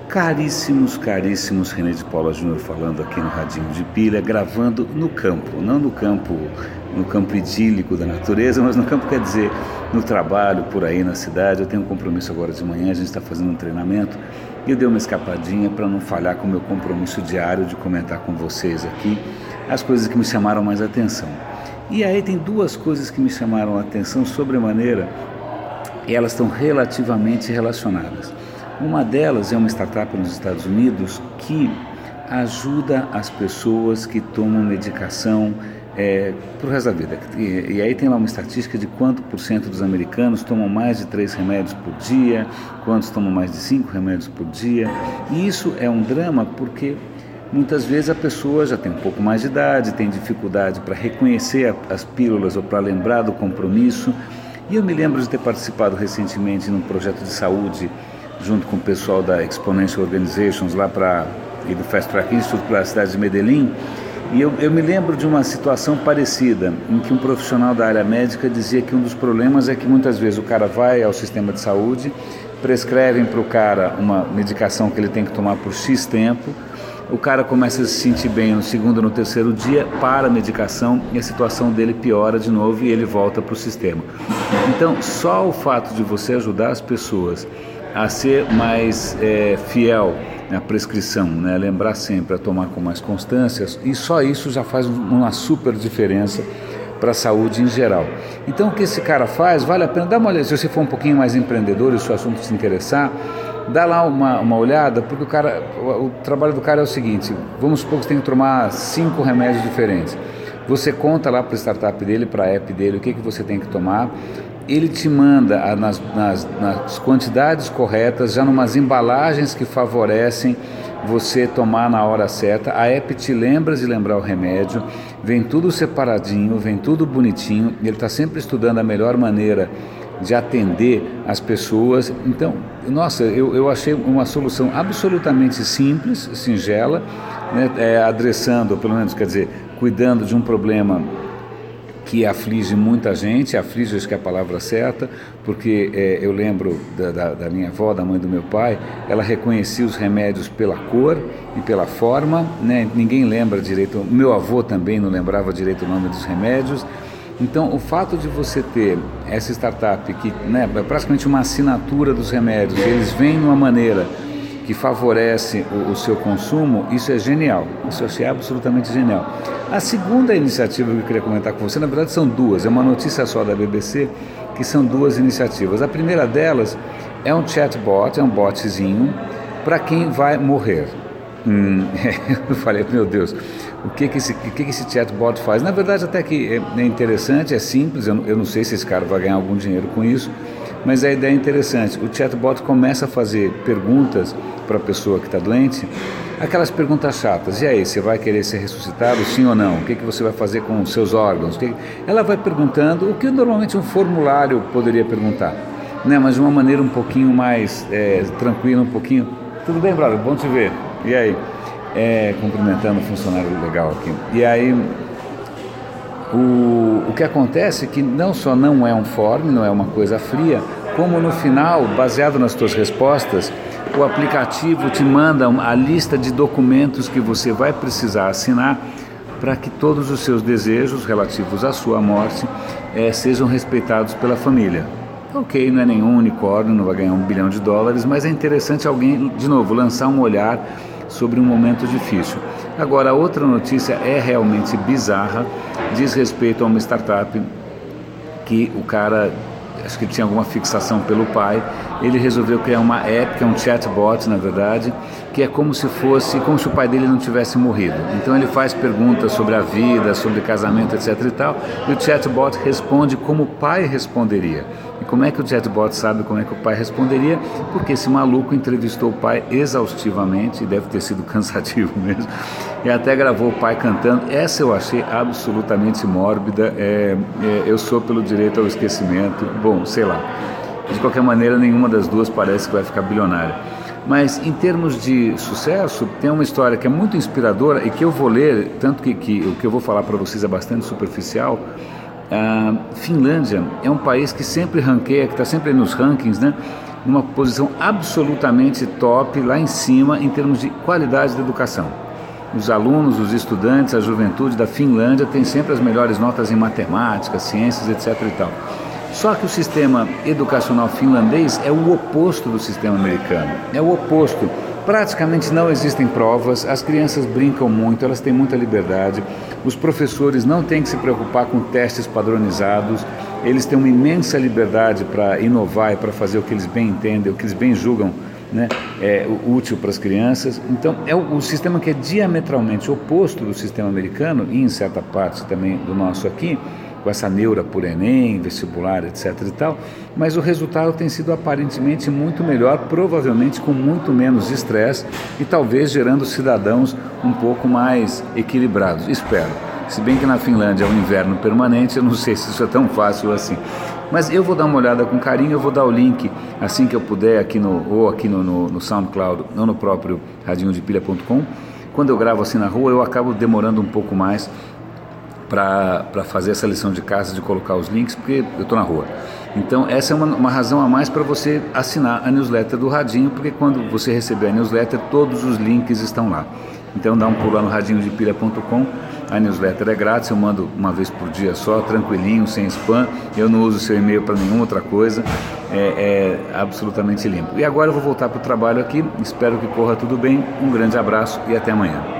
Caríssimos, René de Paula Júnior falando aqui no Radinho de Pilha, gravando no campo, não no campo idílico da natureza, mas no campo, quer dizer, no trabalho, por aí na cidade. Eu tenho um compromisso agora de manhã, a gente está fazendo um treinamento e eu dei uma escapadinha para não falhar com o meu compromisso diário de comentar com vocês aqui as coisas que me chamaram mais atenção. E aí tem duas coisas que me chamaram a atenção sobremaneira e elas estão relativamente relacionadas. Uma delas é uma startup nos Estados Unidos que ajuda as pessoas que tomam medicação para o resto da vida. E aí tem lá uma estatística de quanto por cento dos americanos tomam mais de 3 remédios por dia, quantos tomam mais de 5 remédios por dia. E isso é um drama porque muitas vezes a pessoa já tem um pouco mais de idade, tem dificuldade para reconhecer as pílulas ou para lembrar do compromisso. E eu me lembro de ter participado recentemente num projeto de saúde junto com o pessoal da Exponential Organizations e do Fast Track Institute para a cidade de Medellín. E eu me lembro de uma situação parecida, em que um profissional da área médica dizia que um dos problemas é que muitas vezes o cara vai ao sistema de saúde, prescrevem para o cara uma medicação que ele tem que tomar por X tempo, o cara começa a se sentir bem no segundo ou no terceiro dia, para a medicação e a situação dele piora de novo e ele volta para o sistema. Então, só o fato de você ajudar as pessoas a ser mais fiel na prescrição, né? Lembrar sempre a tomar com mais constância, e só isso já faz uma super diferença para a saúde em geral. Então o que esse cara faz, vale a pena, dá uma olhada, se você for um pouquinho mais empreendedor e se o assunto te interessar, dá lá uma olhada, porque o trabalho do cara é o seguinte: vamos supor que você tem que tomar 5 remédios diferentes, você conta lá para a startup dele, para a app dele, o que você tem que tomar. Ele te manda nas quantidades corretas, já numas embalagens que favorecem você tomar na hora certa. A app te lembra de lembrar o remédio, vem tudo separadinho, vem tudo bonitinho. Ele está sempre estudando a melhor maneira de atender as pessoas. Então, nossa, eu achei uma solução absolutamente simples, singela, né, adressando, pelo menos, quer dizer, cuidando de um problema que aflige muita gente, aflige, acho que é a palavra certa, porque eu lembro da minha avó, da mãe do meu pai, ela reconhecia os remédios pela cor e pela forma, né? Ninguém lembra direito, meu avô também não lembrava direito o nome dos remédios. Então, o fato de você ter essa startup que, né, é praticamente uma assinatura dos remédios, eles vêm de uma maneira que favorece o seu consumo, isso é genial, isso eu achei absolutamente genial. A segunda iniciativa que eu queria comentar com você, na verdade são duas, é uma notícia só da BBC, que são duas iniciativas. A primeira delas é um chatbot, é um botzinho para quem vai morrer. Eu falei, meu Deus, o que esse chatbot faz? Na verdade até que é interessante, é simples, eu não sei se esse cara vai ganhar algum dinheiro com isso, mas a ideia é interessante. O chatbot começa a fazer perguntas para a pessoa que está doente, aquelas perguntas chatas. E aí, você vai querer ser ressuscitado, sim ou não? O que você vai fazer com os seus órgãos? Ela vai perguntando o que normalmente um formulário poderia perguntar, né? Mas de uma maneira um pouquinho mais tranquila, um pouquinho... Tudo bem, brother? Bom te ver. E aí? Cumprimentando um funcionário legal aqui. E aí... O que acontece é que não só não é um form, não é uma coisa fria, como no final, baseado nas suas respostas, o aplicativo te manda a lista de documentos que você vai precisar assinar para que todos os seus desejos relativos à sua morte sejam respeitados pela família. Ok, não é nenhum unicórnio, não vai ganhar $1 bilhão, mas é interessante alguém, de novo, lançar um olhar sobre um momento difícil. Agora, a outra notícia é realmente bizarra, diz respeito a uma startup que o cara, acho que tinha alguma fixação pelo pai, ele resolveu criar uma app, que é um chatbot, na verdade, que é como se o pai dele não tivesse morrido. Então ele faz perguntas sobre a vida, sobre casamento, etc e tal, e o chatbot responde como o pai responderia. E como é que o chatbot sabe como é que o pai responderia? Porque esse maluco entrevistou o pai exaustivamente, e deve ter sido cansativo mesmo, e até gravou o pai cantando. Essa eu achei absolutamente mórbida. Eu sou pelo direito ao esquecimento. Bom, sei lá. De qualquer maneira, nenhuma das duas parece que vai ficar bilionária. Mas em termos de sucesso, tem uma história que é muito inspiradora e que eu vou ler, tanto que o que eu vou falar para vocês é bastante superficial. A Finlândia é um país que sempre ranqueia, que está sempre nos rankings, né, numa posição absolutamente top lá em cima em termos de qualidade da educação. Os alunos, os estudantes, a juventude da Finlândia tem sempre as melhores notas em matemática, ciências, etc. e tal. Só que o sistema educacional finlandês é o oposto do sistema americano, é o oposto. Praticamente não existem provas, as crianças brincam muito, elas têm muita liberdade, os professores não têm que se preocupar com testes padronizados, eles têm uma imensa liberdade para inovar e para fazer o que eles bem entendem, o que eles bem julgam, né, útil para as crianças. Então é o sistema que é diametralmente oposto do sistema americano e em certa parte também do nosso aqui, com essa neura por Enem, vestibular, etc. e tal, mas o resultado tem sido aparentemente muito melhor, provavelmente com muito menos estresse e talvez gerando cidadãos um pouco mais equilibrados, espero. Se bem que na Finlândia é um inverno permanente, eu não sei se isso é tão fácil assim. Mas eu vou dar uma olhada com carinho, eu vou dar o link assim que eu puder aqui no SoundCloud ou no próprio radinhodepilha.com. Quando eu gravo assim na rua, eu acabo demorando um pouco mais para fazer essa lição de casa, de colocar os links, porque eu estou na rua. Então essa é uma razão a mais para você assinar a newsletter do Radinho, porque quando você receber a newsletter, todos os links estão lá. Então dá um pulo lá no radinhodepilha.com, a newsletter é grátis, eu mando uma vez por dia só, tranquilinho, sem spam, eu não uso seu e-mail para nenhuma outra coisa, é absolutamente limpo. E agora eu vou voltar para o trabalho aqui, espero que corra tudo bem, um grande abraço e até amanhã.